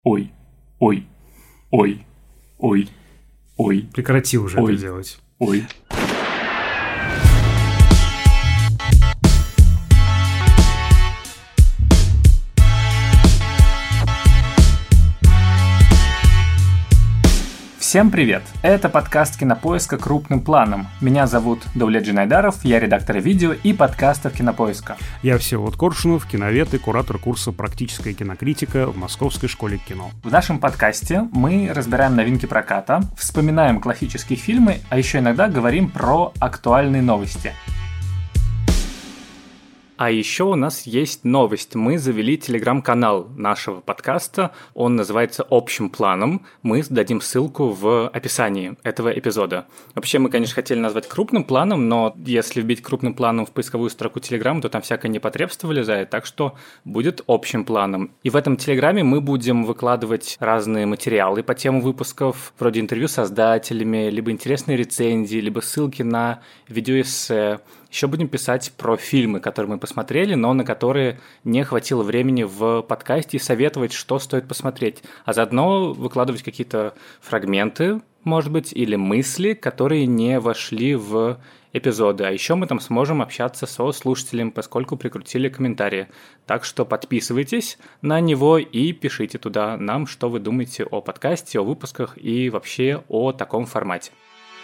Ой, ой, ой, ой, ой. Прекрати уже ой, это делать. Ой. Всем привет! Это подкаст Кинопоиска крупным планом. Меня зовут Даулет Джинайдаров, я редактор видео и подкастов Кинопоиска. Я Всеволод Коршунов, киновед и куратор курса «Практическая кинокритика» в Московской школе кино. В нашем подкасте мы разбираем новинки проката, вспоминаем классические фильмы, а еще иногда говорим про актуальные новости. А еще у нас есть новость. Мы завели телеграм-канал нашего подкаста. Он называется «Общим планом». Мы дадим ссылку в описании этого эпизода. Вообще, мы, конечно, хотели назвать крупным планом, но если вбить крупным планом в поисковую строку Телеграм, то там всякое непотребство вылезает, так что будет общим планом. И в этом телеграме мы будем выкладывать разные материалы по темам выпусков, вроде интервью с создателями, либо интересные рецензии, либо ссылки на видеоэссе. Еще будем писать про фильмы, которые мы посмотрели, но на которые не хватило времени в подкасте, и советовать, что стоит посмотреть. А заодно выкладывать какие-то фрагменты, может быть, или мысли, которые не вошли в эпизоды. А еще мы там сможем общаться со слушателем, поскольку прикрутили комментарии. Так что подписывайтесь на него и пишите туда нам, что вы думаете о подкасте, о выпусках и вообще о таком формате.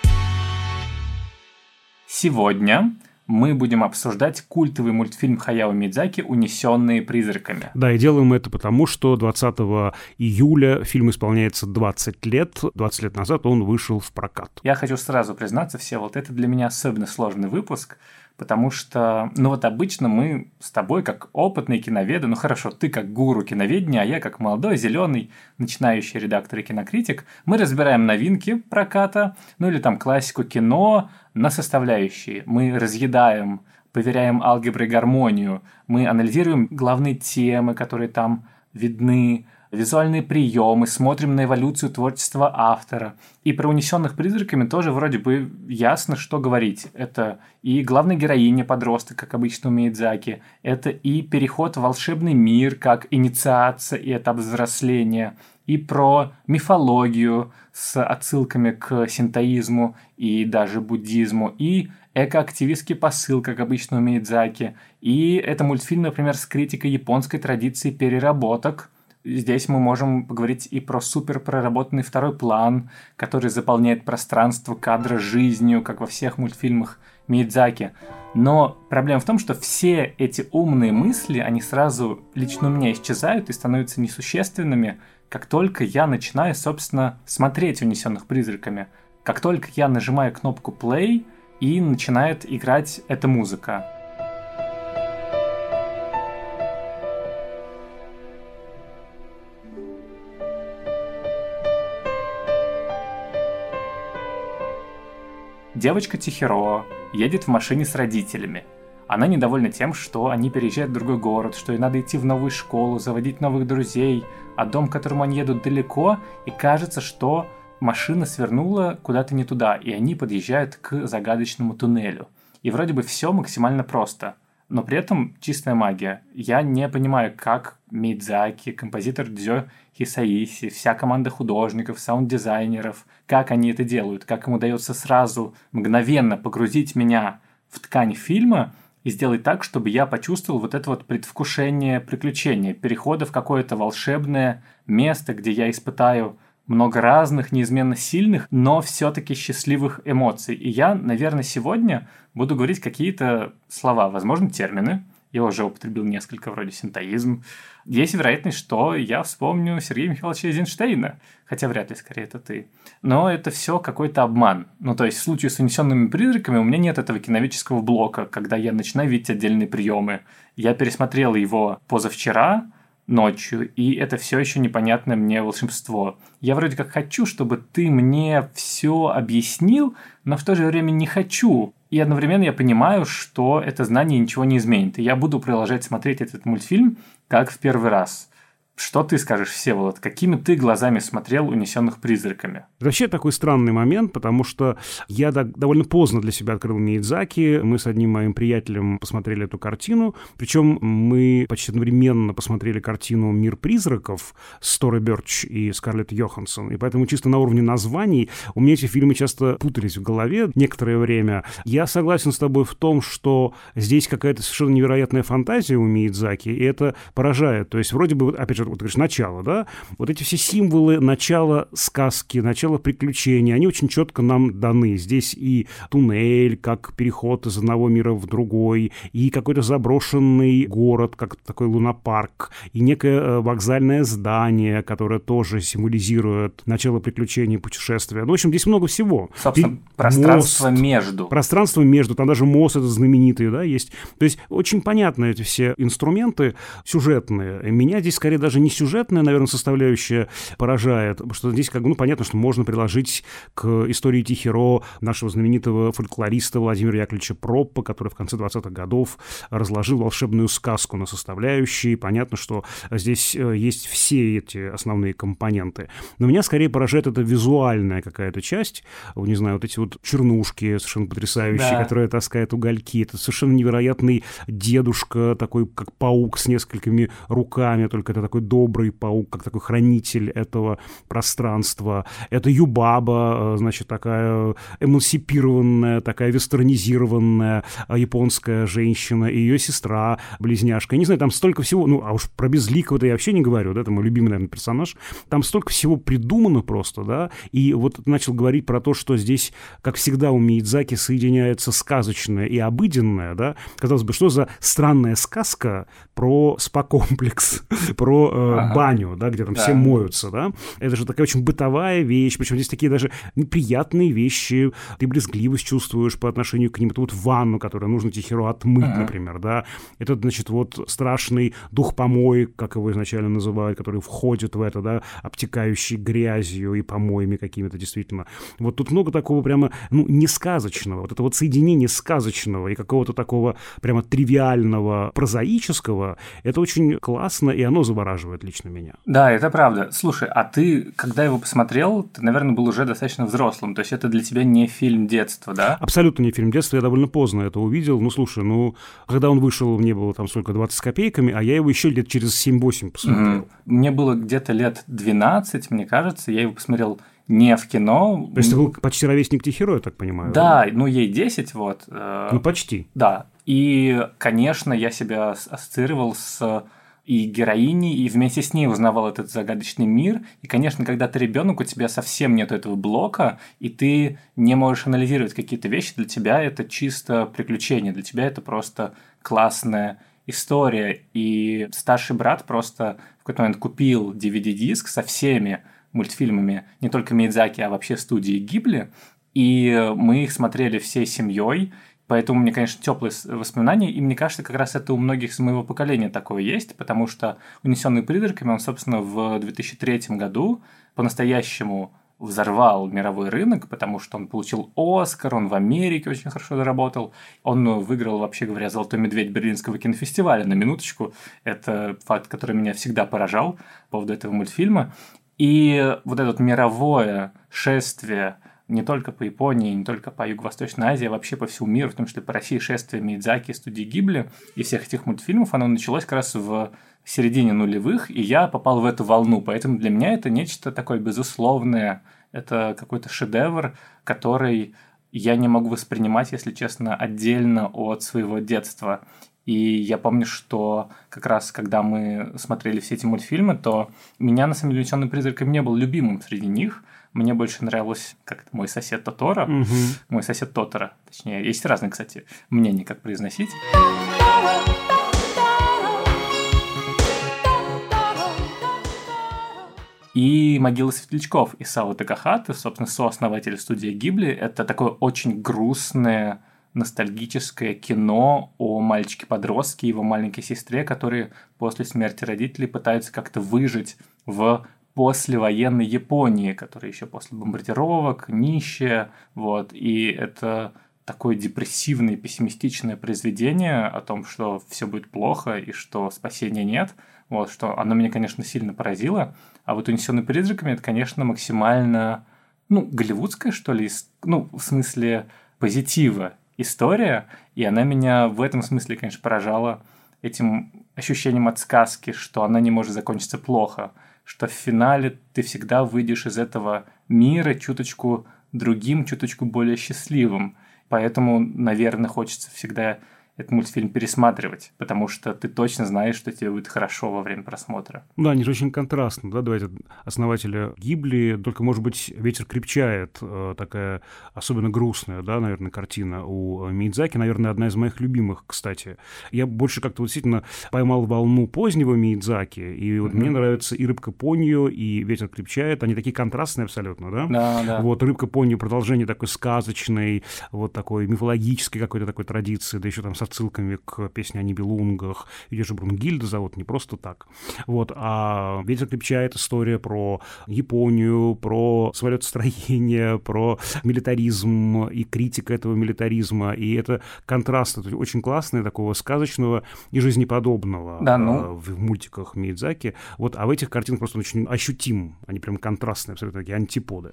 Сегодня мы будем обсуждать культовый мультфильм Хаяо Миядзаки «Унесенные призраками». Да, и делаем это потому, что 20 июля фильм исполняется 20 лет. 20 лет назад он вышел в прокат. Я хочу сразу признаться, Всеволод, это для меня особенно сложный выпуск, потому что, обычно мы с тобой, как опытные киноведы, хорошо, ты как гуру киноведения, а я как молодой, зеленый, начинающий редактор и кинокритик, мы разбираем новинки проката, или классику кино на составляющие. Мы разъедаем, проверяем алгебру и гармонию, мы анализируем главные темы, которые там видны, визуальные приемы, смотрим на эволюцию творчества автора. И про «Унесенных призраками» тоже вроде бы ясно, что говорить. Это и главная героиня подросток, как обычно у Миядзаки. Это и переход в волшебный мир, как инициация и этап взросления. И про мифологию с отсылками к синтоизму и даже буддизму. И экоактивистский посыл, как обычно у Миядзаки. И это мультфильм, например, с критикой японской традиции переработок. Здесь мы можем поговорить и про супер проработанный второй план, который заполняет пространство кадра жизнью, как во всех мультфильмах Миядзаки. Но проблема в том, что все эти умные мысли, они сразу лично у меня исчезают и становятся несущественными, как только я начинаю, собственно, смотреть «Унесенных призраками». Как только я нажимаю кнопку play и начинает играть эта музыка. Девочка Тихиро едет в машине с родителями. Она недовольна тем, что они переезжают в другой город, что ей надо идти в новую школу, заводить новых друзей, а дом, к которому они едут, далеко, и кажется, что машина свернула куда-то не туда, и они подъезжают к загадочному туннелю. И вроде бы все максимально просто, но при этом чистая магия. Я не понимаю, как Миядзаки, композитор Дзё Хисаиси, вся команда художников, саунд-дизайнеров, как они это делают, как им удается сразу, мгновенно погрузить меня в ткань фильма и сделать так, чтобы я почувствовал вот это предвкушение приключения, перехода в какое-то волшебное место, где я испытаю много разных, неизменно сильных, но все-таки счастливых эмоций. И я, наверное, сегодня буду говорить какие-то слова, возможно, термины. Я уже употребил несколько, вроде синтоизм. Есть вероятность, что я вспомню Сергея Михайловича Эйзенштейна, хотя вряд ли, скорее, это ты. Но это все какой-то обман. То есть в случае с «Унесенными призраками» у меня нет этого киноведческого блока, когда я начинаю видеть отдельные приемы. Я пересмотрел его позавчера ночью, и это все еще непонятное мне волшебство. Я вроде как хочу, чтобы ты мне все объяснил, но в то же время не хочу. И одновременно я понимаю, что это знание ничего не изменит. И я буду продолжать смотреть этот мультфильм как в первый раз. Что ты скажешь, Всеволод? Какими ты глазами смотрел «Унесенных призраками»? Это вообще такой странный момент, потому что я довольно поздно для себя открыл Миядзаки. Мы с одним моим приятелем посмотрели эту картину. Причем мы почти одновременно посмотрели картину «Мир призраков» с Торой Бёрч и Скарлетт Йоханссон. И поэтому чисто на уровне названий у меня эти фильмы часто путались в голове некоторое время. Я согласен с тобой в том, что здесь какая-то совершенно невероятная фантазия у Миядзаки, и это поражает. То есть вроде бы, опять же, вот говоришь, начало, да? Вот эти все символы начала сказки, начала приключений, они очень четко нам даны. Здесь и туннель, как переход из одного мира в другой, и какой-то заброшенный город, как такой лунопарк, и некое вокзальное здание, которое тоже символизирует начало приключений, путешествия. Ну, в общем, здесь много всего. Собственно, пространство между. Пространство между, там даже мост этот знаменитый, да, есть. То есть очень понятны эти все инструменты сюжетные. Меня здесь скорее даже не сюжетная, наверное, составляющая поражает, потому что здесь, понятно, что можно приложить к истории Тихиро нашего знаменитого фольклориста Владимира Яковлевича Проппа, который в конце 20-х годов разложил волшебную сказку на составляющие. Понятно, что здесь есть все эти основные компоненты. Но меня скорее поражает эта визуальная какая-то часть. Не знаю, вот эти вот чернушки совершенно потрясающие, Да. которые таскают угольки. Это совершенно невероятный дедушка, такой как паук с несколькими руками, только это такой добрый паук, как такой хранитель этого пространства. Это Юбаба, значит, такая эмансипированная, такая вестернизированная японская женщина, и ее сестра, близняшка. Я не знаю, там столько всего, а уж про Безликого-то я вообще не говорю, да, это мой любимый, наверное, персонаж. Там столько всего придумано просто, да, и вот начал говорить про то, что здесь, как всегда у Миядзаки, соединяется сказочное и обыденное, да. Казалось бы, что за странная сказка про спа-комплекс, про баню, да, где там все моются, да. Это же такая очень бытовая вещь, причем здесь такие даже неприятные вещи, ты брезгливость чувствуешь по отношению к ним. Это вот ванну, которую нужно Тихиро отмыть, например, да. Это, значит, вот страшный дух помоек, как его изначально называют, который входит в это, да, обтекающий грязью и помоями какими-то, действительно. Вот тут много такого прямо, несказочного, вот это вот соединение сказочного и какого-то такого прямо тривиального, прозаического, это очень классно, и оно завораживает лично меня. Да, это правда. Слушай, а ты, когда его посмотрел, ты, наверное, был уже достаточно взрослым, то есть это для тебя не фильм детства, да? Абсолютно не фильм детства, я довольно поздно это увидел. Слушай, когда он вышел, мне было там сколько, 20 с копейками, а я его еще лет через 7-8 посмотрел. Мне было где-то лет 12, мне кажется, я его посмотрел не в кино. То есть ты был почти ровесник Тихиро, я так понимаю? Да, ей 10, вот. Почти. Да, и, конечно, я себя ассоциировал с и героиней, и вместе с ней узнавал этот загадочный мир. И, конечно, когда ты ребенок, у тебя совсем нет этого блока, и ты не можешь анализировать какие-то вещи. Для тебя это чисто приключение, для тебя это просто классная история. И старший брат просто в какой-то момент купил DVD-диск со всеми мультфильмами, не только Миядзаки, а вообще студии Гибли. И мы их смотрели всей семьей. Поэтому мне, конечно, теплые воспоминания, и мне кажется, как раз это у многих из моего поколения такое есть, потому что «Унесенный призраками» он, собственно, в 2003 году по-настоящему взорвал мировой рынок, потому что он получил «Оскар», он в Америке очень хорошо заработал, он выиграл, вообще говоря, «Золотой медведь» Берлинского кинофестиваля, на минуточку. Это факт, который меня всегда поражал по поводу этого мультфильма. И вот это вот мировое шествие не только по Японии, не только по Юго-Восточной Азии, а вообще по всему миру, в том числе по России, шествие Миядзаки, студии Гибли и всех этих мультфильмов, оно началось как раз в середине нулевых, и я попал в эту волну, поэтому для меня это нечто такое безусловное, это какой-то шедевр, который я не могу воспринимать, если честно, отдельно от своего детства. И я помню, что как раз когда мы смотрели все эти мультфильмы, то меня, на самом деле, «Унесенный призраками» не был любимым среди них. Мне больше нравилось как-то «Мой сосед Тоторо». «Мой сосед Тоторо». Точнее, есть разные, кстати, мнения, как произносить. И «Могила светлячков» Исао Такахаты, собственно, сооснователь студии Гибли. Это такое очень грустное, ностальгическое кино о мальчике-подростке и его маленькой сестре, которые после смерти родителей пытаются как-то выжить в послевоенной Японии, которая еще после бомбардировок, нищая, вот, и это такое депрессивное, пессимистичное произведение о том, что все будет плохо и что спасения нет. Вот, что оно меня, конечно, сильно поразило. А вот «Унесенный призраками» — это, конечно, максимально, голливудская, что ли, в смысле позитива история. И она меня в этом смысле, конечно, поражала этим ощущением от сказки, что она не может закончиться плохо, что в финале ты всегда выйдешь из этого мира чуточку другим, чуточку более счастливым. Поэтому, наверное, хочется всегда этот мультфильм пересматривать, потому что ты точно знаешь, что тебе будет хорошо во время просмотра. Да, они же очень контрастны, да, давайте основателя гибли, только, может быть, «Ветер крепчает», такая особенно грустная, да, наверное, картина у Миядзаки, наверное, одна из моих любимых, кстати. Я больше как-то действительно поймал волну позднего Миядзаки, и вот мне нравится и «Рыбка Поньо», и «Ветер крепчает», они такие контрастные абсолютно, да? Да. Вот «Рыбка Поньо» — продолжение такой сказочной, вот такой мифологической какой-то такой традиции, да еще там со отсылками к песне о Нибелунгах. Ее же Брунгильда зовут, не просто так. Вот. А «Ветер крепчает» — история про Японию, про самолетостроение, про милитаризм и критика этого милитаризма. И это контраст очень классный, такого сказочного и жизнеподобного в мультиках Миядзаки. Вот. А в этих картинах просто очень ощутим. Они прям контрастные, абсолютно такие антиподы.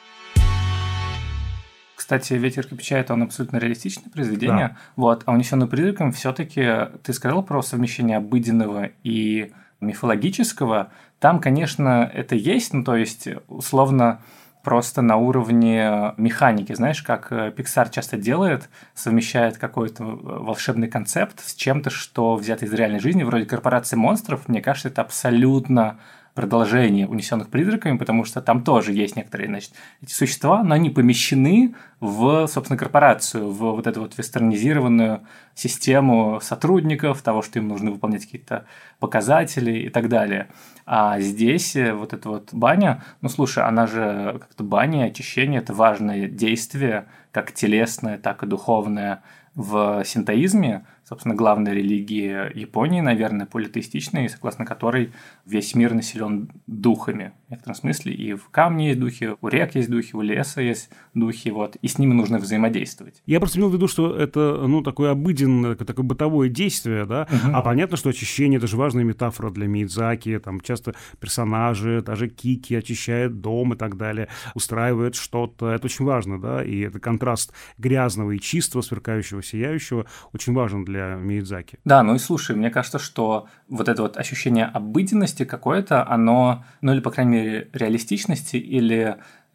Кстати, «Ветер крепчает», он абсолютно реалистичное произведение. Да. Вот. А «Унесенный призраком» все-таки ты сказал про совмещение обыденного и мифологического. Там, конечно, это есть, то есть, условно, просто на уровне механики. Знаешь, как Pixar часто делает, совмещает какой-то волшебный концепт с чем-то, что взято из реальной жизни, вроде «Корпорации монстров». Мне кажется, это абсолютно продолжение «Унесенных призраками», потому что там тоже есть некоторые, значит, эти существа, но они помещены в, собственно, корпорацию, в вот эту вот вестернизированную систему сотрудников, того, что им нужно выполнять какие-то показатели и так далее. А здесь вот эта вот баня, слушай, она же как-то баня, очищение – это важное действие, как телесное, так и духовное в синтоизме, собственно, главной религии Японии, наверное, политеистичной, согласно которой весь мир населен духами. В некотором смысле и в камне есть духи, у рек есть духи, у леса есть духи, вот, и с ними нужно взаимодействовать. Я просто имел в виду, что это, такое обыденное, такое бытовое действие, да, а понятно, что очищение – это же важная метафора для Миядзаки, там часто персонажи, даже Кики очищает дом и так далее, устраивает что-то, это очень важно, да, и это контраст грязного и чистого, сверкающего, сияющего, очень важен для Миядзаки. Да, и слушай, мне кажется, что вот это вот ощущение обыденности какое-то, оно, или, по крайней мере, реалистичности, или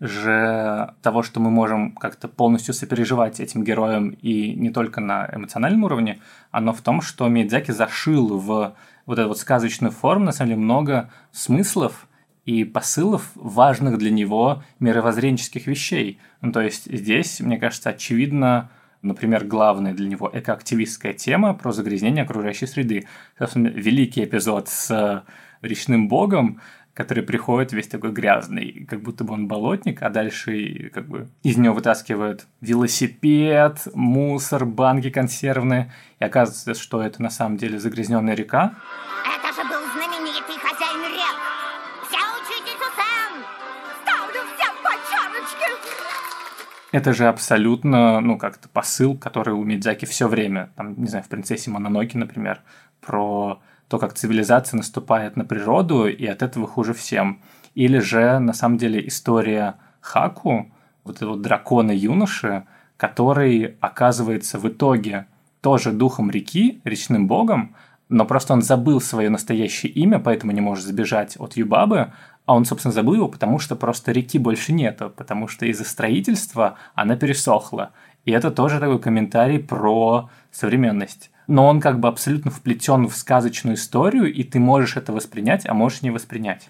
же того, что мы можем как-то полностью сопереживать этим героям и не только на эмоциональном уровне, оно в том, что Миядзаки зашил в вот эту вот сказочную форму, на самом деле, много смыслов и посылов важных для него мировоззренческих вещей. То есть здесь, мне кажется, очевидно, например, главная для него экоактивистская тема про загрязнение окружающей среды. Собственно, великий эпизод с речным богом, который приходит весь такой грязный, как будто бы он болотник, а дальше как бы из него вытаскивают велосипед, мусор, банки консервные, и оказывается, что это на самом деле загрязненная река. Это же был знаменитый хозяин рек! Вся учитесь Сэм! Ставлю всем по чарочке! Это же абсолютно, как-то посыл, который у Миядзаки все время, там, не знаю, в «Принцессе Мононоке», например, про то, как цивилизация наступает на природу, и от этого хуже всем. Или же, на самом деле, история Хаку, вот этого дракона-юноши, который оказывается в итоге тоже духом реки, речным богом, но просто он забыл свое настоящее имя, поэтому не может сбежать от Юбабы, а он, собственно, забыл его, потому что просто реки больше нету, потому что из-за строительства она пересохла. И это тоже такой комментарий про современность. Но он как бы абсолютно вплетен в сказочную историю, и ты можешь это воспринять, а можешь не воспринять.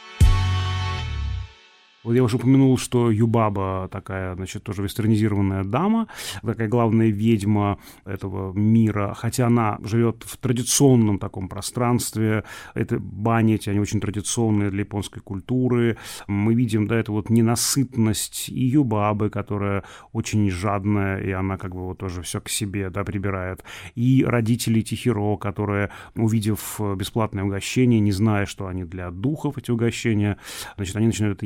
Вот я уже упомянул, что Юбаба такая, значит, тоже вестернизированная дама, такая главная ведьма этого мира, хотя она живет в традиционном таком пространстве, это бани эти, они очень традиционные для японской культуры. Мы видим, да, эту вот ненасытность и Юбабы, которая очень жадная, и она как бы вот тоже все к себе, да, прибирает. И родители Тихиро, которые, увидев бесплатное угощение, не зная, что они для духов, эти угощения, значит, они начинают это есть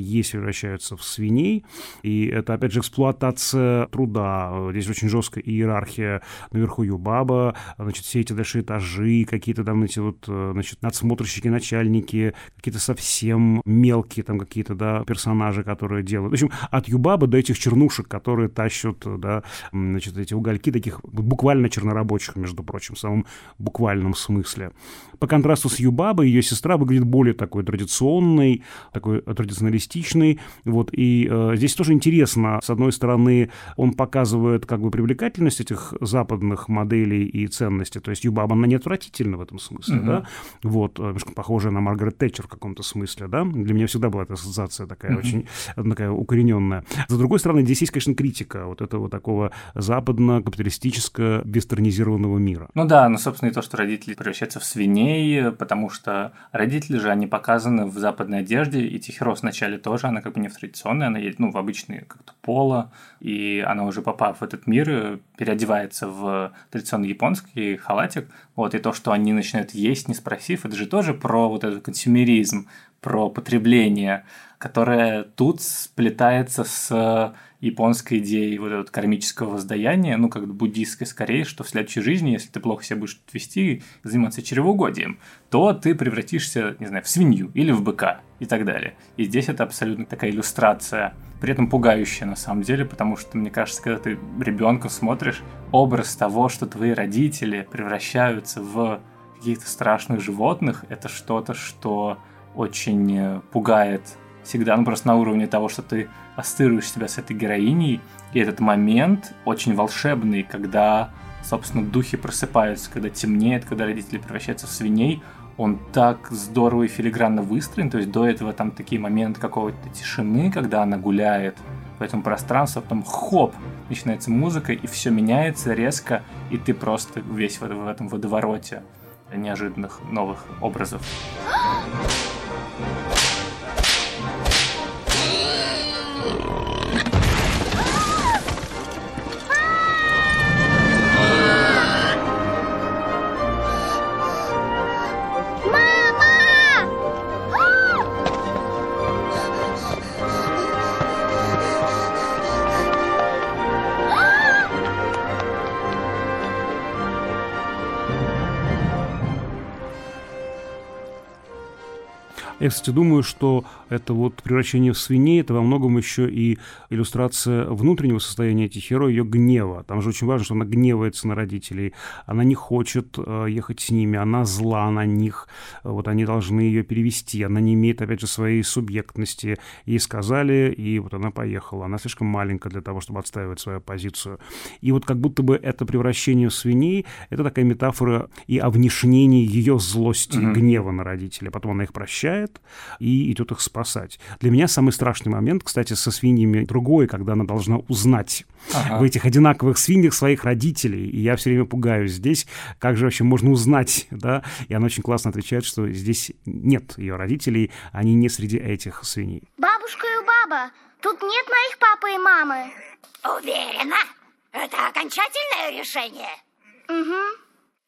превращаются в свиней. И это, опять же, эксплуатация труда. Здесь очень жесткая иерархия. Наверху юбаба, значит, все эти дальше этажи, какие-то там эти вот, значит, надсмотрщики, начальники, какие-то совсем мелкие там какие-то, да, персонажи, которые делают. В общем, от юбаба до этих чернушек, которые тащат, да, значит, эти угольки таких буквально чернорабочих, между прочим, в самом буквальном смысле. По контрасту с юбабой ее сестра выглядит более такой традиционной, такой традиционалистичной. Вот, и здесь тоже интересно. С одной стороны, он показывает как бы привлекательность этих западных моделей и ценностей. То есть юбаба, она не отвратительна в этом смысле, да? Вот, немножко похожая на Маргарет Тэтчер в каком-то смысле, да? Для меня всегда была эта ассоциация такая очень такая укорененная. С другой стороны, здесь есть, конечно, критика вот этого такого западно-капиталистического вестернизированного мира. Ну да, собственно, и то, что родители превращаются в свиней, потому что родители же, они показаны в западной одежде, и Тихирос вначале тоже, она как бы не в традиционной, она едет, в обычные как-то поло, и она уже, попав в этот мир, переодевается в традиционный японский халатик, вот, и то, что они начинают есть, не спросив, это же тоже про вот этот консюмеризм, про потребление, которое тут сплетается с японской идеей вот этого кармического воздаяния, как буддийской скорее, что в следующей жизни, если ты плохо себя будешь вести и заниматься чревоугодием, то ты превратишься, не знаю, в свинью или в быка и так далее. И здесь это абсолютно такая иллюстрация, при этом пугающая на самом деле, потому что, мне кажется, когда ты ребенка смотришь, образ того, что твои родители превращаются в каких-то страшных животных, это что-то, что очень пугает всегда, просто на уровне того, что ты ассоциируешь себя с этой героиней, и этот момент очень волшебный, когда, собственно, духи просыпаются, когда темнеет, когда родители превращаются в свиней, он так здорово и филигранно выстроен, то есть до этого там такие моменты какой-то тишины, когда она гуляет по этому пространству, а потом хоп, начинается музыка, и все меняется резко, и ты просто весь в этом водовороте неожиданных новых образов. Я, кстати, думаю, что это вот превращение в свиней, это во многом еще и иллюстрация внутреннего состояния Тихиро, ее гнева. Там же очень важно, что она гневается на родителей, она не хочет ехать с ними, она зла на них, вот они должны ее перевести, она не имеет, опять же, своей субъектности. Ей сказали, и вот она поехала. Она слишком маленькая для того, чтобы отстаивать свою позицию. И вот как будто бы это превращение в свиней, это такая метафора и о внешнении ее злости, гнева на родителей. Потом она их прощает и идет их спасать. Для меня самый страшный момент, кстати, со свиньями другой, когда она должна узнать в этих одинаковых свиньях своих родителей. И я все время пугаюсь здесь, как же вообще можно узнать, да? И она очень классно отвечает, что здесь нет ее родителей, они не среди этих свиней. Бабушка и баба, тут нет моих папы и мамы. Уверена? Это окончательное решение? Угу.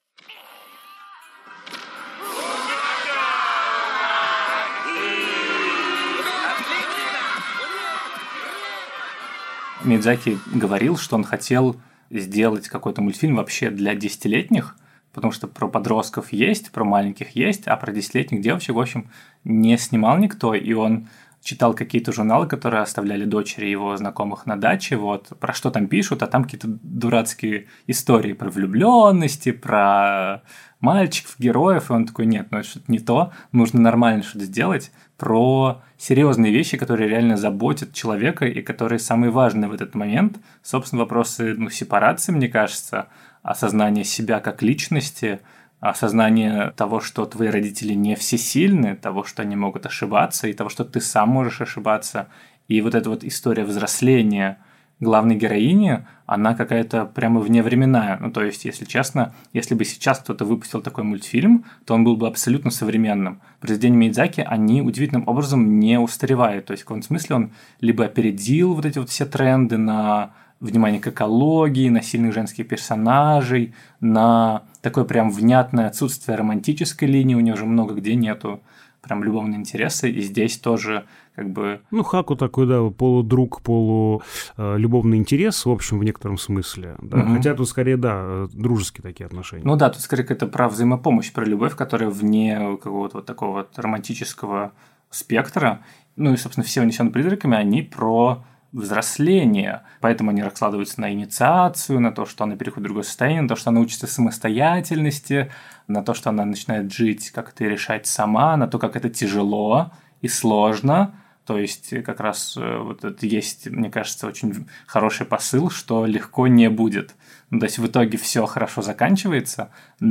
Миядзаки говорил, что он хотел сделать какой-то мультфильм вообще для 10-летних, потому что про подростков есть, про маленьких есть, а про 10-летних девочек, в общем, не снимал никто, и он читал какие-то журналы, которые оставляли дочери его знакомых на даче, вот, про что там пишут, а там какие-то дурацкие истории про влюбленности, про мальчиков, героев, и он такой, нет, это что-то не то, нужно нормально что-то сделать, про серьезные вещи, которые реально заботят человека и которые самые важные в этот момент. Собственно, вопросы сепарации, мне кажется, осознание себя как личности, осознание того, что твои родители не всесильны, того, что они могут ошибаться, и того, что ты сам можешь ошибаться. И вот эта вот история взросления главной героини, она какая-то прямо вневременная. То есть, если честно, если бы сейчас кто-то выпустил такой мультфильм, то он был бы абсолютно современным. Произведения Миядзаки, они удивительным образом не устаревают. То есть, в каком-то смысле он либо опередил вот эти вот все тренды на внимание к экологии, на сильных женских персонажей, на такое прям внятное отсутствие романтической линии, у него же много где нету прям любовного интереса, и здесь тоже как бы... Ну, Хаку такой, да, полудруг, полулюбовный интерес, в общем, в некотором смысле. Да? Хотя тут скорее, да, дружеские такие отношения. Ну да, тут скорее это про взаимопомощь, про любовь, которая вне какого-то вот такого вот романтического спектра. Ну и, собственно, все «Унесённые призраками», они про взросление. Поэтому они раскладываются на инициацию, на то, что она переходит в другое состояние, на то, что она учится самостоятельности, на то, что она начинает жить, как это решать сама, на то, как это тяжело и сложно. То есть как раз вот это есть, мне кажется, очень хороший посыл, что легко не будет. Ну, то есть в итоге все хорошо заканчивается,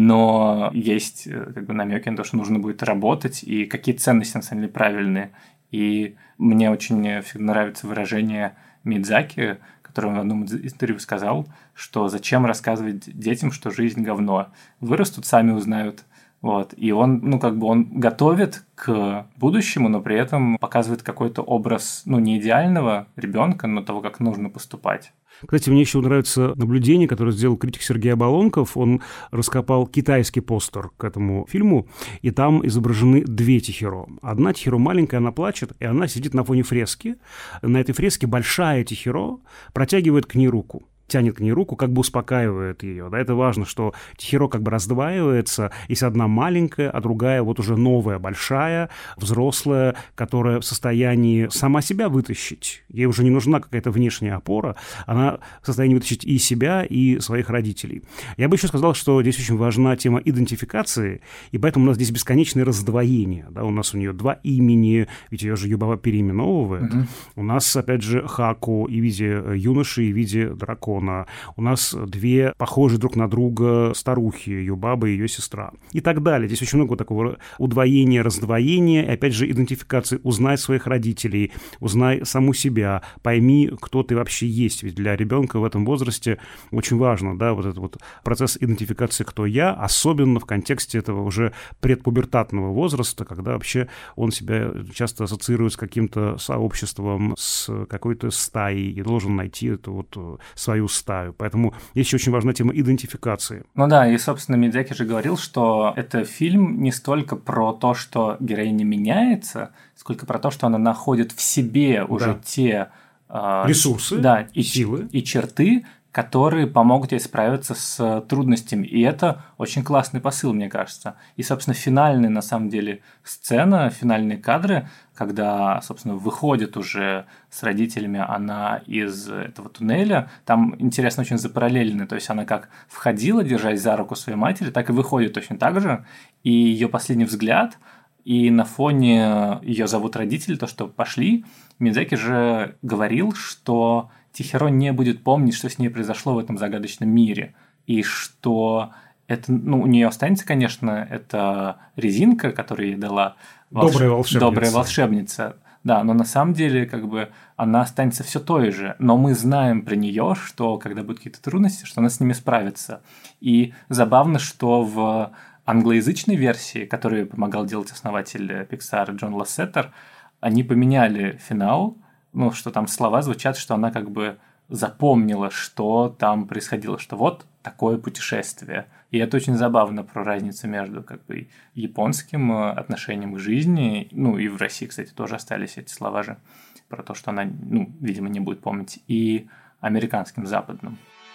но есть как бы намеки на то, что нужно будет работать, и какие ценности на самом деле правильные. И мне очень всегда нравится выражение Миядзаки, которое он в одном из интервью сказал, что зачем рассказывать детям, что жизнь говно. Вырастут, сами узнают. Вот. И он, ну, как бы он готовит к будущему, но при этом показывает какой-то образ, ну, не идеального ребенка, но того, как нужно поступать. Кстати, мне еще нравится наблюдение, которое сделал критик Сергей Оболонков. Он раскопал китайский постер к этому фильму, и там изображены две Тихиро. Одна Тихиро маленькая, она плачет, и она сидит на фоне фрески. На этой фреске большая Тихиро протягивает к ней руку. Тянет к ней руку, как бы успокаивает ее. Да, это важно, что Тихиро как бы раздваивается. Есть одна маленькая, а другая вот уже новая, большая, взрослая, которая в состоянии сама себя вытащить. Ей уже не нужна какая-то внешняя опора. Она в состоянии вытащить и себя, и своих родителей. Я бы еще сказал, что здесь очень важна тема идентификации, и поэтому у нас здесь бесконечное раздвоение. Да? У нас у нее два имени, ведь ее же Юбава переименовывает. У нас, опять же, Хаку и в виде юноши, и в виде дракона. У нас две похожие друг на друга старухи, ее баба и ее сестра. И так далее. Здесь очень много такого удвоения, раздвоения, и опять же идентификации. Узнай своих родителей, узнай саму себя, пойми, кто ты вообще есть. Ведь для ребенка в этом возрасте очень важно, да, вот этот вот процесс идентификации «кто я», особенно в контексте этого уже предпубертатного возраста, когда вообще он себя часто ассоциирует с каким-то сообществом, с какой-то стаей и должен найти эту вот свою стаю. Поэтому здесь очень важна тема идентификации. Ну да, и, собственно, Миядзаки же говорил, что это фильм не столько про то, что героиня меняется, сколько про то, что она находит в себе уже те ресурсы, да, силы и черты, которые помогут ей справиться с трудностями. И это очень классный посыл, мне кажется. И, собственно, финальная, на самом деле, сцена, финальные кадры, когда, собственно, выходит уже с родителями она из этого туннеля, там, интересно, очень запараллельно. То есть она как входила, держась за руку своей матери, так и выходит точно так же. И ее последний взгляд, и на фоне ее зовут родители, то, что пошли, Миядзаки же говорил, что Тихиро не будет помнить, что с ней произошло в этом загадочном мире. И что это, ну, у нее останется, конечно, эта резинка, которую ей дала добрая волшебница. Да, но на самом деле, как бы, она останется все той же. Но мы знаем про нее, что когда будут какие-то трудности, что она с ними справится. И забавно, что в англоязычной версии, которую помогал делать основатель Pixar Джон Лассетер, они поменяли финал. Ну, что там слова звучат, что она как бы запомнила, что там происходило, что вот такое путешествие. И это очень забавно про разницу между как бы японским отношением к жизни, ну и в России, кстати, тоже остались эти слова же, про то, что она, ну, видимо, не будет помнить, и американским, западным.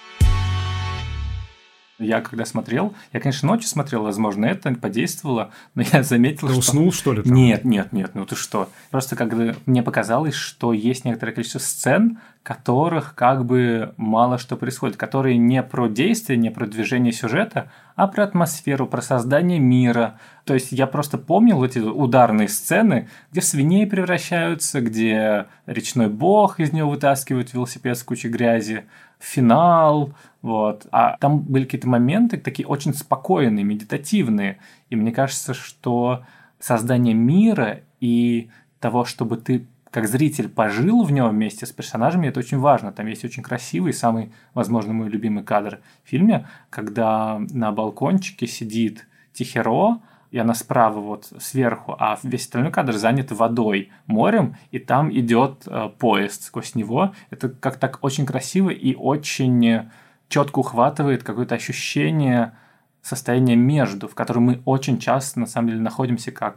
Я когда смотрел, я, конечно, ночью смотрел, возможно, это подействовало, но я заметил, ты уснул, что ли? Там? Нет, ну ты что? Просто когда мне показалось, что есть некоторое количество сцен, которых как бы мало что происходит, которые не про действие, не про движение сюжета, а про атмосферу, про создание мира. То есть я просто помнил эти ударные сцены, где свиней превращаются, где речной бог из него вытаскивают велосипед с кучей грязи, финал, вот. А там были какие-то моменты такие очень спокойные, медитативные. И мне кажется, что создание мира и того, чтобы ты как зритель пожил в нем вместе с персонажами, это очень важно. Там есть очень красивый, самый, возможно, мой любимый кадр в фильме, когда на балкончике сидит Тихиро, и она справа вот сверху, а весь остальной кадр занят водой, морем, и там идет поезд сквозь него. Это как так очень красиво и очень четко ухватывает какое-то ощущение состояния между, в котором мы очень часто на самом деле находимся как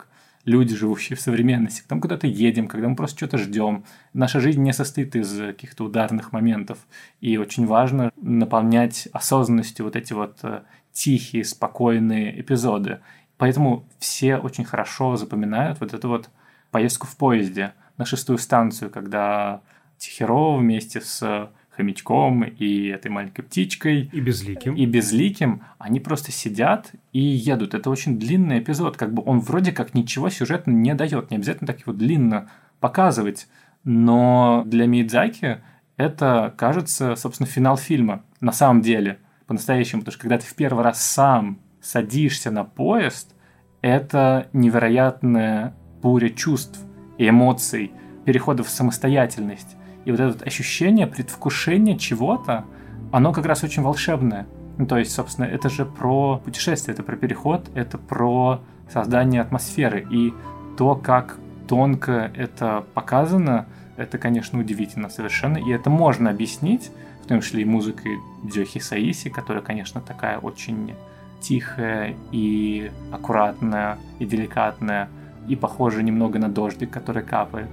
люди, живущие в современности, когда мы куда-то едем, когда мы просто что-то ждем. Наша жизнь не состоит из каких-то ударных моментов. И очень важно наполнять осознанностью вот эти вот тихие, спокойные эпизоды. Поэтому все очень хорошо запоминают вот эту вот поездку в поезде на 6-ю станцию, когда Тихиро вместе с хомячком и этой маленькой птичкой и безликим, они просто сидят и едут. Это очень длинный эпизод, как бы он вроде как ничего сюжетно не дает, не обязательно так его длинно показывать, но для Миядзаки это, кажется, собственно, финал фильма на самом деле, по-настоящему, потому что когда ты в первый раз сам садишься на поезд, это невероятная буря чувств и эмоций, переходов в самостоятельность. И вот это ощущение предвкушения чего-то, оно как раз очень волшебное. Ну, то есть, собственно, это же про путешествие, это про переход, это про создание атмосферы. И то, как тонко это показано, это, конечно, удивительно совершенно. И это можно объяснить, в том числе и музыкой Дзё Хисаиси, которая, конечно, такая очень тихая и аккуратная, и деликатная, и похожа немного на дождик, который капает.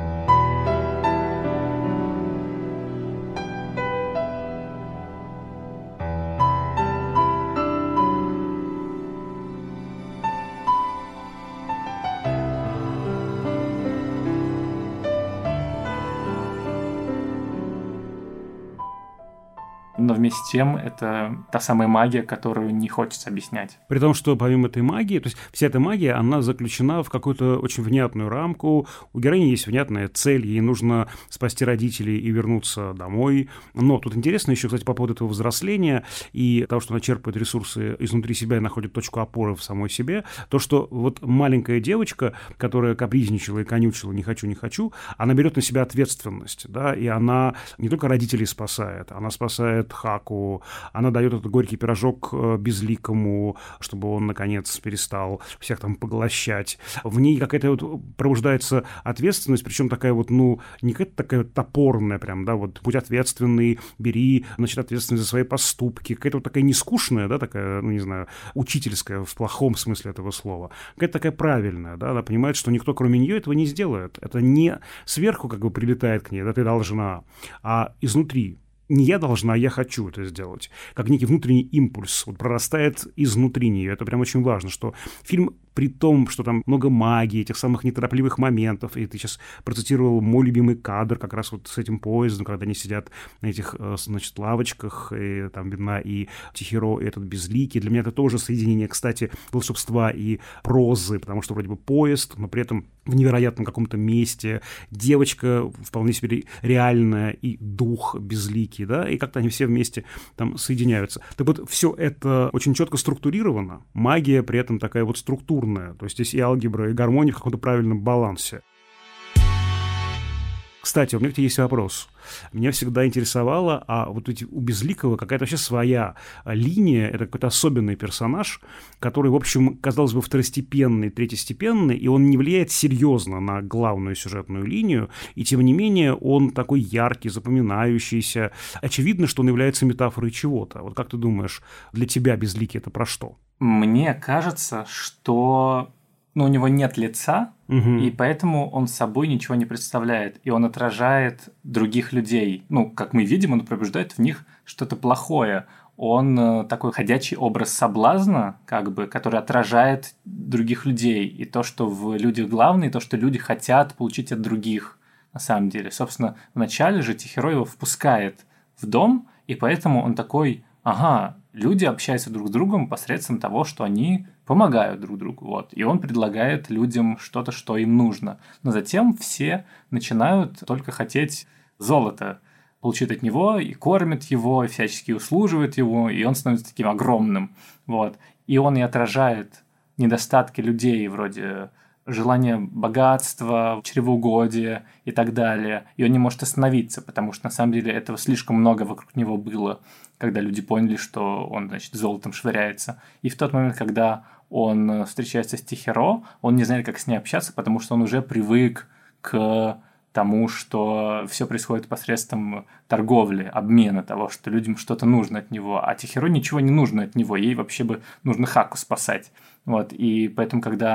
Но вместе с тем это та самая магия, которую не хочется объяснять. При том, что помимо этой магии, то есть вся эта магия, она заключена в какую-то очень внятную рамку. У героини есть внятная цель, ей нужно спасти родителей и вернуться домой. Но тут интересно еще, кстати, по поводу этого взросления и того, что она черпает ресурсы изнутри себя и находит точку опоры в самой себе, то, что вот маленькая девочка, которая капризничала и конючила «не хочу», она берет на себя ответственность, да, и она не только родителей спасает, она спасает Хаку, она дает этот горький пирожок безликому, чтобы он, наконец, перестал всех там поглощать. В ней какая-то вот пробуждается ответственность, причем такая вот, ну, не какая-то такая топорная прям, да, вот будь ответственный, бери, значит, ответственность за свои поступки, какая-то вот такая нескучная, да, такая, ну, не знаю, учительская в плохом смысле этого слова, какая-то такая правильная, да, она понимает, что никто, кроме нее, этого не сделает. Это не сверху как бы прилетает к ней, да, ты должна, а изнутри. Не я должна, а я хочу это сделать. Как некий внутренний импульс вот прорастает изнутри нее. Это прям очень важно, что фильм, при том, что там много магии, этих самых неторопливых моментов, и ты сейчас процитировал мой любимый кадр как раз вот с этим поездом, когда они сидят на этих, значит, лавочках, и там видна и Тихиро, и этот безликий. Для меня это тоже соединение, кстати, волшебства и прозы, потому что вроде бы поезд, но при этом в невероятном каком-то месте, девочка вполне себе реальная и дух безликий, да, и как-то они все вместе там соединяются. Так вот, все это очень четко структурировано, магия при этом такая вот структурная, то есть здесь и алгебра, и гармония в каком-то правильном балансе. Кстати, у меня к тебе есть вопрос. Меня всегда интересовало, а вот эти у Безликого какая-то вообще своя линия, это какой-то особенный персонаж, который, в общем, казалось бы, второстепенный, третьестепенный, и он не влияет серьезно на главную сюжетную линию, и тем не менее он такой яркий, запоминающийся. Очевидно, что он является метафорой чего-то. Вот как ты думаешь, для тебя Безликий это про что? Мне кажется, что у него нет лица, и поэтому он собой ничего не представляет, и он отражает других людей. Ну, как мы видим, он пробуждает в них что-то плохое. Он такой ходячий образ соблазна, как бы, который отражает других людей. И то, что в людях главное, и то, что люди хотят получить от других, на самом деле. Собственно, вначале же Тихиро его впускает в дом, и поэтому он такой, ага, люди общаются друг с другом посредством того, что они помогают друг другу. Вот. И он предлагает людям что-то, что им нужно. Но затем все начинают только хотеть золота получить от него, и кормят его, и всячески услуживают его, и он становится таким огромным. Вот. И он и отражает недостатки людей, вроде желания богатства, чревоугодия и так далее. И он не может остановиться, потому что на самом деле этого слишком много вокруг него было, когда люди поняли, что он, значит, золотом швыряется. И в тот момент, когда он встречается с Тихиро, он не знает, как с ней общаться, потому что он уже привык к тому, что все происходит посредством торговли, обмена того, что людям что-то нужно от него, а Тихиро ничего не нужно от него, ей вообще бы нужно Хаку спасать. Вот. И поэтому, когда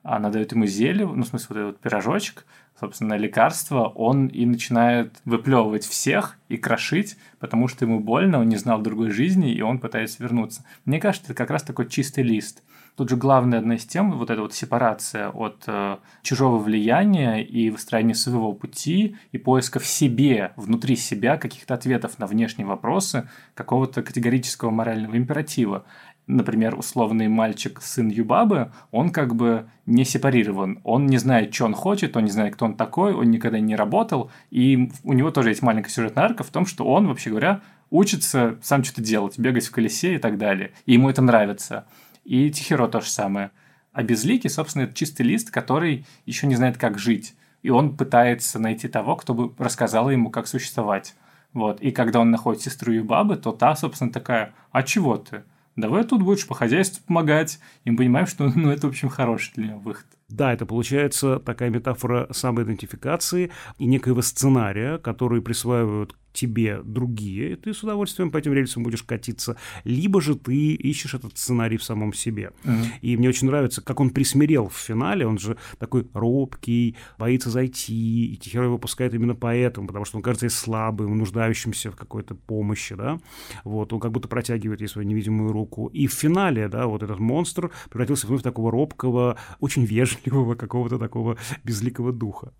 она дает ему зелье, ну, в смысле, вот этот пирожочек, собственно, лекарство, он и начинает выплевывать всех и крошить, потому что ему больно, он не знал другой жизни, и он пытается вернуться. Мне кажется, это как раз такой чистый лист. Тут же главная одна из тем, вот эта вот сепарация от чужого влияния и выстраивания своего пути, и поиска в себе, внутри себя каких-то ответов на внешние вопросы, какого-то категорического морального императива. Например, условный мальчик, сын Юбабы, он как бы не сепарирован. Он не знает, что он хочет, он не знает, кто он такой, он никогда не работал. И у него тоже есть маленькая сюжетная арка в том, что он, вообще говоря, учится сам что-то делать, бегать в колесе и так далее. И ему это нравится. И Тихиро то же самое. А Безликий, собственно, это чистый лист, который еще не знает, как жить. И он пытается найти того, кто бы рассказал ему, как существовать. Вот. И когда он находит сестру Юбабы, то та, собственно, такая: «А чего ты? Давай тут будешь по хозяйству помогать». И мы понимаем, что это, в общем, хороший для него выход. Да, это получается такая метафора самоидентификации и некоего сценария, который присваивают тебе другие, и ты с удовольствием по этим рельсам будешь катиться, либо же ты ищешь этот сценарий в самом себе. И мне очень нравится, как он присмирел в финале, он же такой робкий, боится зайти, и Тихиро его выпускает именно поэтому, потому что он кажется ей слабым, нуждающимся в какой-то помощи, да, вот, он как будто протягивает ей свою невидимую руку, и в финале, да, вот этот монстр превратился вновь в такого робкого, очень вежливого, какого-то такого безликого духа.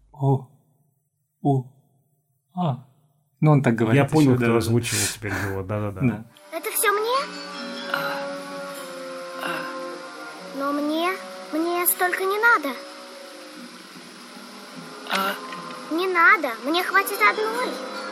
Ну, он так говорит. Я понял, кто озвучивал теперь его, да-да-да. Это все мне? Но мне столько не надо. Не надо, мне хватит одной.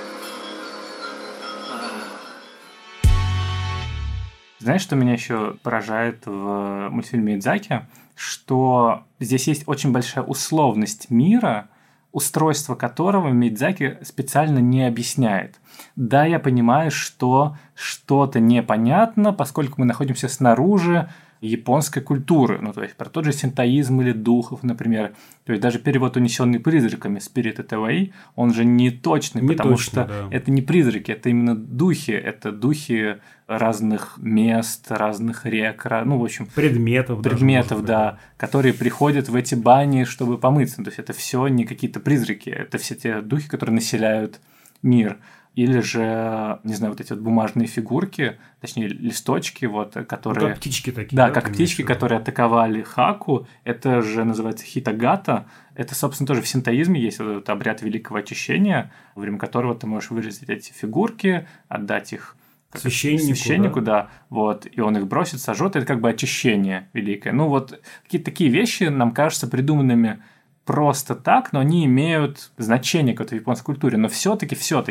Знаешь, что меня еще поражает в мультфильме Миядзаки? Что здесь есть очень большая условность мира, устройство которого Миядзаки специально не объясняет. Да, я понимаю, что что-то непонятно, поскольку мы находимся снаружи японской культуры, ну, то есть про тот же синтоизм или духов, например. То есть даже перевод «Унесенный призраками» Spirited Away, он же не точный, потому что это не призраки, это именно духи, это духи разных мест, разных рек, ну, в общем... Предметов, да, которые приходят в эти бани, чтобы помыться. То есть это все не какие-то призраки, это все те духи, которые населяют мир. Или же, не знаю, вот эти вот бумажные фигурки, точнее, листочки, вот, которые... Ну, как птички такие. Да, как птички, которые атаковали Хаку. Это же называется хитагата. Это, собственно, тоже в синтоизме есть вот этот обряд великого очищения, во время которого ты можешь вырезать эти фигурки, отдать их священнику, да, вот, и он их бросит, сожжет. Это как бы очищение великое. Ну, вот какие-то такие вещи нам кажутся придуманными просто так, но они имеют значение какой-то в японской культуре. Но все-таки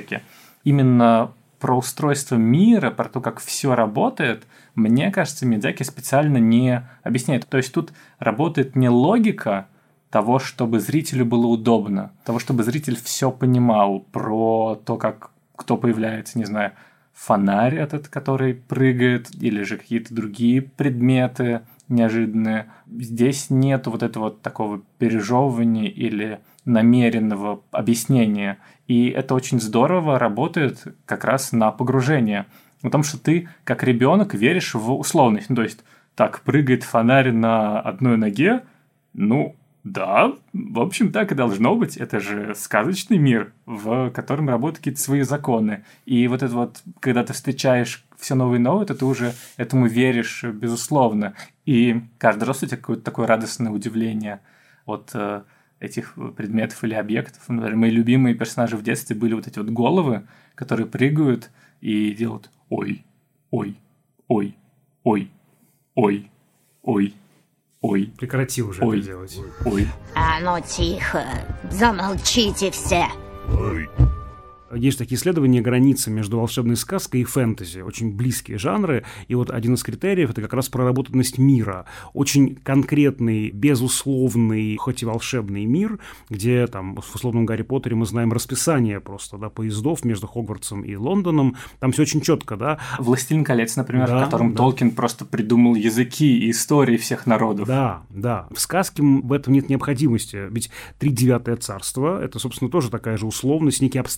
именно про устройство мира, про то, как все работает, мне кажется, Миядзаки специально не объясняет. То есть тут работает не логика того, чтобы зрителю было удобно, того, чтобы зритель все понимал про то, как кто появляется, не знаю, фонарь этот, который прыгает, или же какие-то другие предметы неожиданные. Здесь нет вот этого вот такого пережевывания или намеренного объяснения. И это очень здорово работает как раз на погружение. Потому что ты, как ребенок, веришь в условность. Ну, то есть, так, прыгает фонарь на одной ноге, ну, да, в общем, так и должно быть. Это же сказочный мир, в котором работают какие-то свои законы. И вот это вот, когда ты встречаешь все новое и новое, то ты уже этому веришь, безусловно. И каждый раз у тебя какое-то такое радостное удивление от этих предметов или объектов. Например, мои любимые персонажи в детстве были вот эти вот головы, которые прыгают и делают «ой, ой, ой, ой, ой, ой». Ой. Прекрати уже это делать. Ой. А ну тихо, замолчите все. Ой. Есть такие исследования границы между волшебной сказкой и фэнтези, очень близкие жанры, и вот один из критериев – это как раз проработанность мира, очень конкретный, безусловный, хоть и волшебный мир, где там в условном Гарри Поттере мы знаем расписание просто, да, поездов между Хогвартсом и Лондоном, там все очень четко, да. «Властелин колец», например, в котором Толкин просто придумал языки и истории всех народов. Да, да. В сказке в этом нет необходимости, ведь 39-е царство – это, собственно, тоже такая же условность, некий абстрактный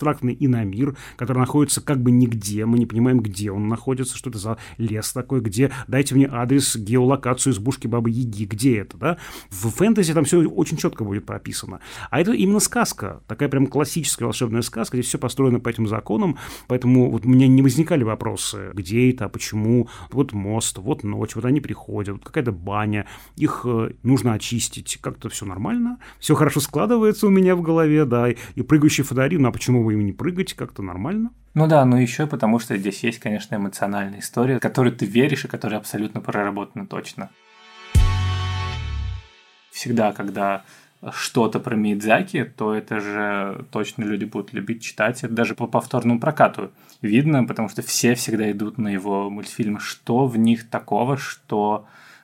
иномир, который находится как бы нигде, мы не понимаем, где он находится, что это за лес такой, где, дайте мне адрес, геолокацию избушки Бабы-Яги, где это, да? В фэнтези там все очень четко будет прописано. А это именно сказка, такая прям классическая волшебная сказка, здесь все построено по этим законам, поэтому вот у меня не возникали вопросы, где это, почему, вот мост, вот ночь, вот они приходят, вот какая-то баня, их нужно очистить, как-то все нормально, все хорошо складывается у меня в голове, да, и прыгающие фонари, ну а почему вы им не прыгаете, как-то нормально? Ну да, но еще потому, что здесь есть, конечно, эмоциональная история, в которую ты веришь и которая абсолютно проработана точно. Всегда, когда что-то про Миядзаки, то это же точно люди будут любить читать. Это даже по повторному прокату видно, потому что все всегда идут на его мультфильмы. Что в них такого, что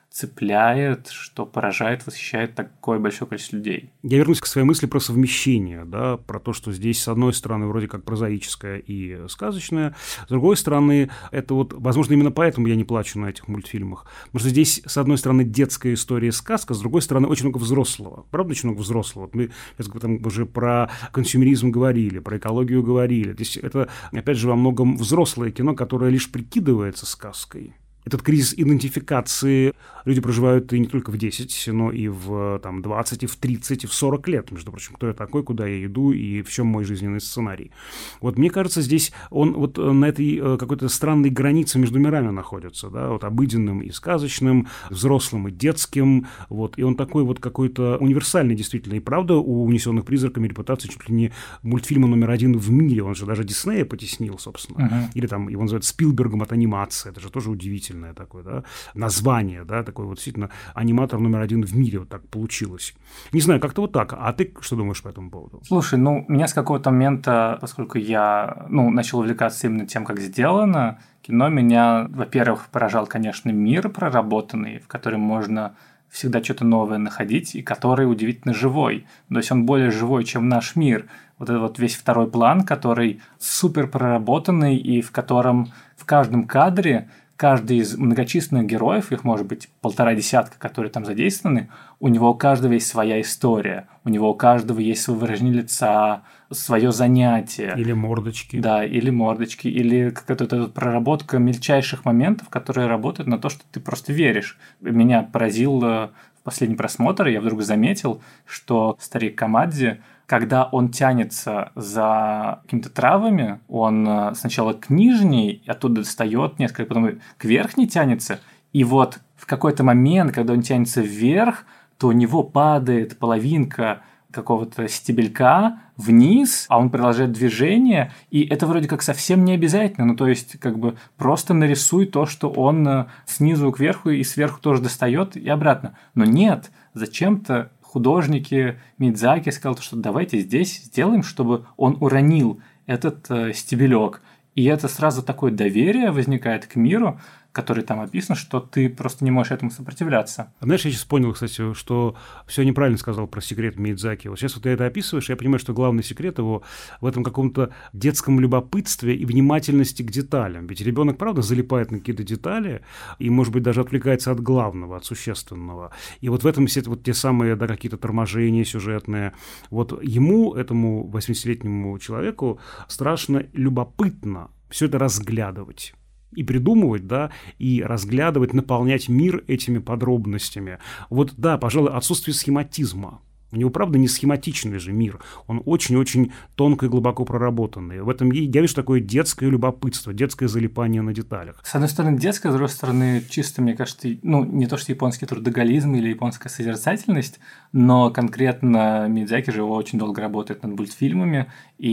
цепляет, что поражает, восхищает такое большое количество людей. Я вернусь к своей мысли про совмещение, да, про то, что здесь, с одной стороны, вроде как прозаическое и сказочное, с другой стороны, это вот, возможно, именно поэтому я не плачу на этих мультфильмах, потому что здесь, с одной стороны, детская история, сказка, с другой стороны, очень много взрослого, правда, очень много взрослого. Вот мы сейчас там уже про консюмеризм говорили, про экологию говорили, то есть это, опять же, во многом взрослое кино, которое лишь прикидывается сказкой. Этот кризис идентификации люди проживают и не только в 10, но и в там, 20, и в 30, и в 40 лет. Между прочим, кто я такой, куда я иду и в чем мой жизненный сценарий. Вот мне кажется, здесь он вот на этой какой-то странной границе между мирами находится, да, вот обыденным и сказочным, взрослым и детским, вот, и он такой вот какой-то универсальный действительно. И правда, у «Унесенных призраками» репутация чуть ли не мультфильма номер 1 в мире, он же даже Диснея потеснил, собственно. Или там его называют Спилбергом от анимации, это же тоже удивительно. Такое, да, название, да, такой вот действительно аниматор номер 1 в мире, вот так получилось. Не знаю, как-то вот так. А ты что думаешь по этому поводу? Слушай, ну, меня с какого-то момента, поскольку я, начал увлекаться именно тем, как сделано кино, меня, во-первых, поражал, конечно, мир проработанный, в котором можно всегда что-то новое находить, и который удивительно живой. То есть он более живой, чем наш мир. Вот это вот весь второй план, который супер проработанный, и в котором в каждом кадре каждый из многочисленных героев, их может быть 1,5 десятка, которые там задействованы, у него у каждого есть своя история, у него у каждого есть свое выражение лица, свое занятие. Или мордочки. Да, или мордочки, или какая-то проработка мельчайших моментов, которые работают на то, что ты просто веришь. Меня поразил в последний просмотр, я вдруг заметил, что старик Камадзи, когда он тянется за какими-то травами, он сначала к нижней, оттуда достает несколько, потом к верхней тянется, и вот в какой-то момент, когда он тянется вверх, то у него падает половинка какого-то стебелька вниз, а он продолжает движение, и это вроде как совсем не обязательно, ну то есть как бы просто нарисуй то, что он снизу кверху и сверху тоже достает и обратно. Но нет, зачем-то художники Миядзаки сказали, что давайте здесь сделаем, чтобы он уронил этот стебелек. И это сразу такое доверие возникает к миру, который там описан, что ты просто не можешь этому сопротивляться. Знаешь, я сейчас понял, кстати, что все неправильно сказал про секрет Миядзаки. Вот сейчас вот ты это описываешь, я понимаю, что главный секрет его в этом каком-то детском любопытстве и внимательности к деталям. Ведь ребенок, правда, залипает на какие-то детали и, может быть, даже отвлекается от главного, от существенного. И вот в этом все вот те самые, да, какие-то торможения сюжетные. Вот ему, этому 80-летнему человеку, страшно любопытно все это разглядывать. И придумывать, да, и разглядывать, наполнять мир этими подробностями. Вот, да, пожалуй, отсутствие схематизма. У него, правда, не схематичный же мир. Он очень-очень тонко и глубоко проработанный. В этом я вижу такое детское любопытство, детское залипание на деталях. С одной стороны, детское, с другой стороны, чисто, мне кажется, не то, что японский трудоголизм или японская созерцательность, но конкретно Миядзаки же его очень долго работает над мультфильмами,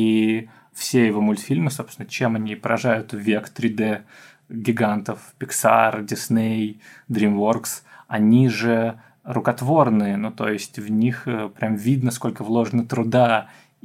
и все его мультфильмы, собственно, чем они поражают в век 3D гигантов Pixar, Disney, DreamWorks, они же рукотворные, ну то есть в них прям видно, сколько вложено труда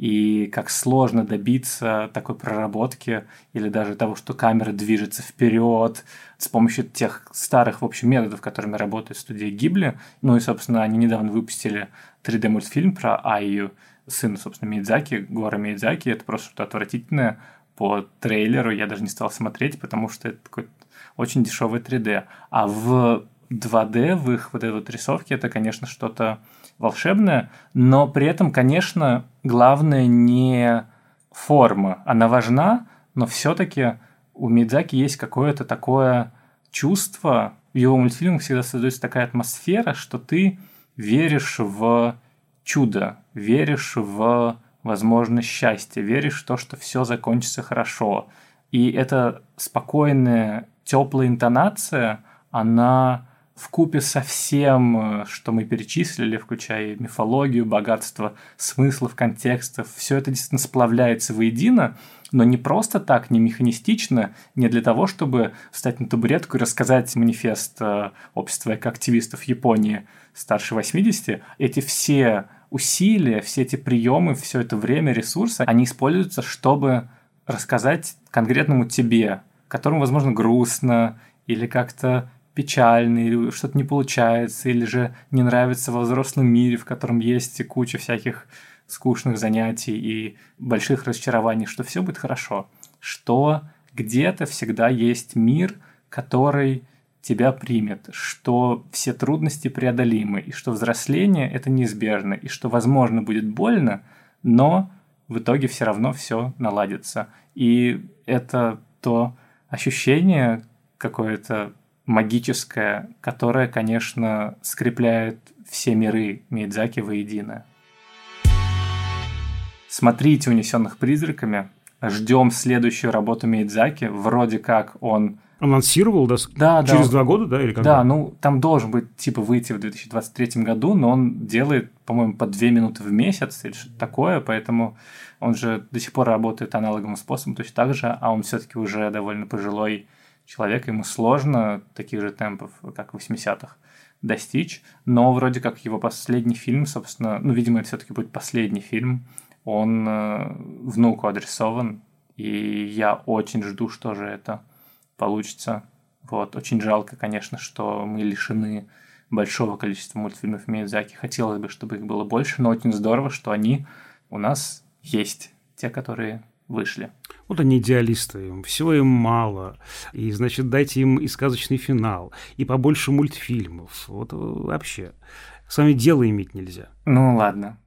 и как сложно добиться такой проработки или даже того, что камера движется вперед с помощью тех старых, в общем, методов, которыми работает студия Ghibli. Ну и, собственно, они недавно выпустили 3D-мультфильм про Айю, сына, собственно, Миядзаки, Гора Миядзаки. Это просто что-то отвратительное. По трейлеру я даже не стал смотреть, потому что это такой очень дешевый 3D. А в 2D, в их вот этой вот рисовке, это, конечно, что-то волшебное, но при этом, конечно, главное не форма, она важна, но все-таки у Миядзаки есть какое-то такое чувство. В его мультфильмах всегда создается такая атмосфера, что ты веришь в чудо, веришь в возможность счастья, веришь в то, что все закончится хорошо. И эта спокойная, теплая интонация, она вкупе со всем, что мы перечислили, включая мифологию, богатство смыслов, контекстов, все это действительно сплавляется воедино, но не просто так, не механистично, не для того, чтобы встать на табуретку и рассказать манифест общества экоактивистов Японии старше 80. Эти все усилия, все эти приемы, все это время, ресурсы, они используются, чтобы рассказать конкретному тебе, которому, возможно, грустно или как-то печально, или что-то не получается, или же не нравится во взрослом мире, в котором есть куча всяких скучных занятий и больших разочарований, что все будет хорошо, что где-то всегда есть мир, который тебя примет, что все трудности преодолимы, и что взросление – это неизбежно, и что, возможно, будет больно, но в итоге все равно все наладится. И это то ощущение какое-то магическое, которое, конечно, скрепляет все миры Миядзаки воедино. Смотрите «Унесенных призраками». Ждем следующую работу Миядзаки. Вроде как он... Анонсировал, да? Через 2 года, да? Или как? Да, ну там должен быть типа выйти в 2023 году, но он делает, по-моему, по 2 минуты в месяц или что-то такое, поэтому он же до сих пор работает аналоговым способом точно так же, а он все-таки уже довольно пожилой человек, ему сложно таких же темпов, как в 80-х, достичь, но вроде как его последний фильм, собственно, ну, видимо, это все-таки будет последний фильм, он внуку адресован, и я очень жду, что же это получится. Вот. Очень жалко, конечно, что мы лишены большого количества мультфильмов Миядзаки. Хотелось бы, чтобы их было больше, но очень здорово, что они у нас есть, те, которые вышли. Вот они идеалисты, всего им мало, и, значит, дайте им и сказочный финал, и побольше мультфильмов. Вот вообще. С вами дело иметь нельзя. Ну, ладно.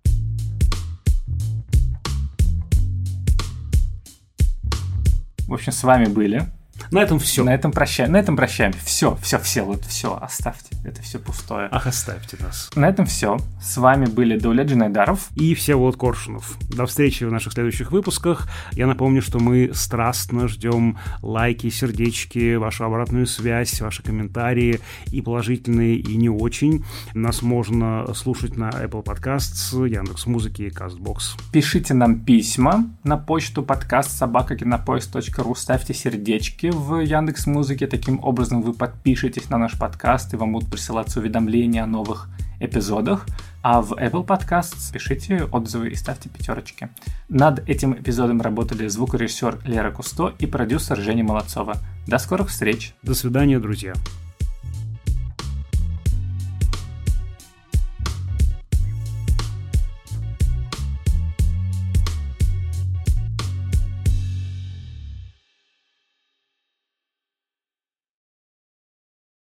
В общем, с вами были. На этом все. На этом прощаем. Все, оставьте. Это все пустое. Ах, оставьте нас. На этом все. С вами были Даулет Джинайдаров и Всеволод Коршунов. До встречи в наших следующих выпусках. Я напомню, что мы страстно ждем лайки, сердечки, вашу обратную связь, ваши комментарии, и положительные, и не очень. Нас можно слушать на Apple Podcasts, Яндекс.Музыке и Castbox. Пишите нам письма на почту podcast@kinopoisk.ru, ставьте сердечки в Яндекс.Музыке. Таким образом вы подпишетесь на наш подкаст, и вам будут присылаться уведомления о новых эпизодах. А в Apple Podcasts пишите отзывы и ставьте 5. Над этим эпизодом работали звукорежиссер Лера Кусто и продюсер Женя Молодцова. До скорых встреч! До свидания, друзья!